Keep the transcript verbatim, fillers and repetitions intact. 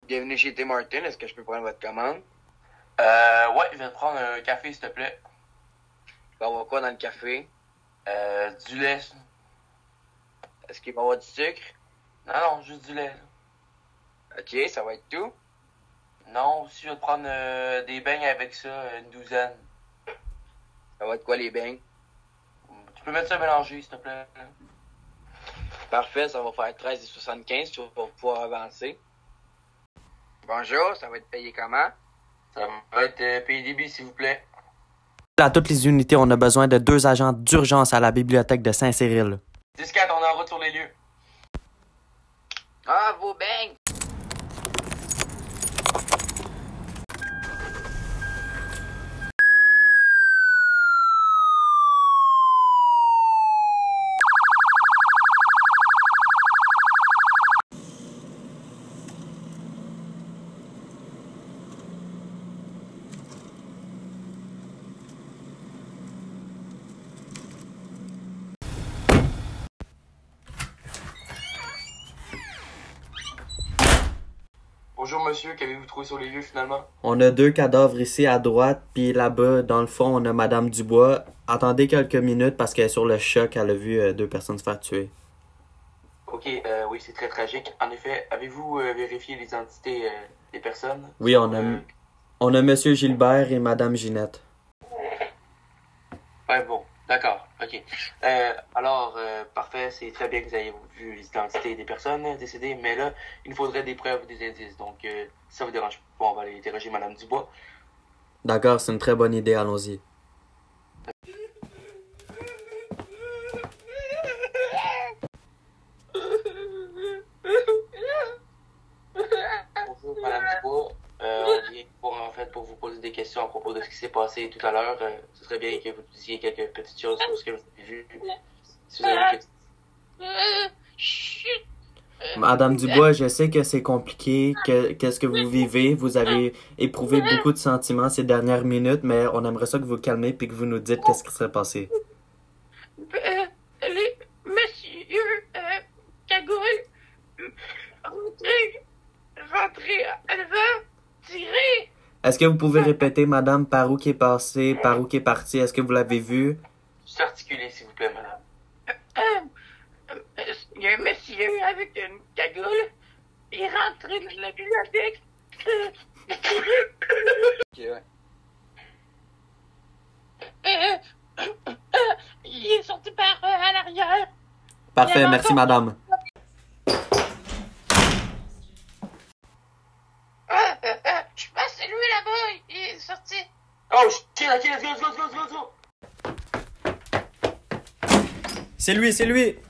Bienvenue chez Tim Hortons. Est-ce que je peux prendre votre commande? Euh, ouais, je vais te prendre un café, s'il te plaît. Il va y avoir quoi dans le café? Euh, du lait. Est-ce qu'il va y avoir du sucre? Non, non, juste du lait. Ok, ça va être tout? Non, aussi, je vais te prendre euh, des beignes avec ça, une douzaine. Ça va être quoi les beignes? Tu peux mettre ça mélangé, s'il te plaît. Parfait, ça va faire treize virgule soixante-quinze, tu vas pouvoir avancer. Bonjour, ça va être payé comment? Ça va être euh, P D B, s'il vous plaît. À toutes les unités, on a besoin de deux agents d'urgence à la bibliothèque de Saint-Cyril. dix quatre, on est en route sur les lieux. Ah, vos beignes! Bonjour, monsieur. Qu'avez-vous trouvé sur les lieux, finalement? On a deux cadavres ici à droite, puis là-bas, dans le fond, on a Madame Dubois. Attendez quelques minutes parce qu'elle est sur le choc. Elle a vu euh, deux personnes se faire tuer. Ok, euh, oui, c'est très tragique. En effet, avez-vous euh, vérifié l'identité euh, des personnes? Oui, on a, Euh, on a Monsieur Gilbert et Madame Ginette. Ouais, bon, d'accord, ok. Euh, alors, euh, parfait, c'est très bien que vous ayez vu l'identité des personnes décédées, mais là, il nous faudrait des preuves, des indices. Donc, euh, si ça vous dérange pas, on va aller interroger Madame Dubois. D'accord, c'est une très bonne idée, allons-y. Bonjour, Madame Dubois. Euh, on vient pour, en fait, pour vous poser des questions à propos de ce qui s'est passé tout à l'heure. Euh, ce serait bien que vous disiez quelques petites choses sur ce que vous avez vu. Si vous avez des Madame Dubois, je sais que c'est compliqué, que qu'est-ce que vous vivez. Vous avez éprouvé beaucoup de sentiments ces dernières minutes, mais on aimerait ça que vous calmez puis que vous nous dites qu'est-ce qui s'est passé. Euh, les messieurs euh, cagoule rentrez, rentrez à l'avant, tirez. Est-ce que vous pouvez répéter, Madame, par où qui est passé, par où qui est parti? Est-ce que vous l'avez vu? Juste articuler, s'il vous plaît, madame. Euh, euh, Il y a un monsieur avec une cagoule, il est rentré dans la bibliothèque. Euh, Ok, ouais. euh, euh, il est sorti par euh, à l'arrière. Parfait, merci, Madame. Ah, euh, euh, je pense que c'est lui là-bas, il est sorti. Oh, shit, ok, let's go, let's go, let's go, let's go, let's go. C'est lui, c'est lui!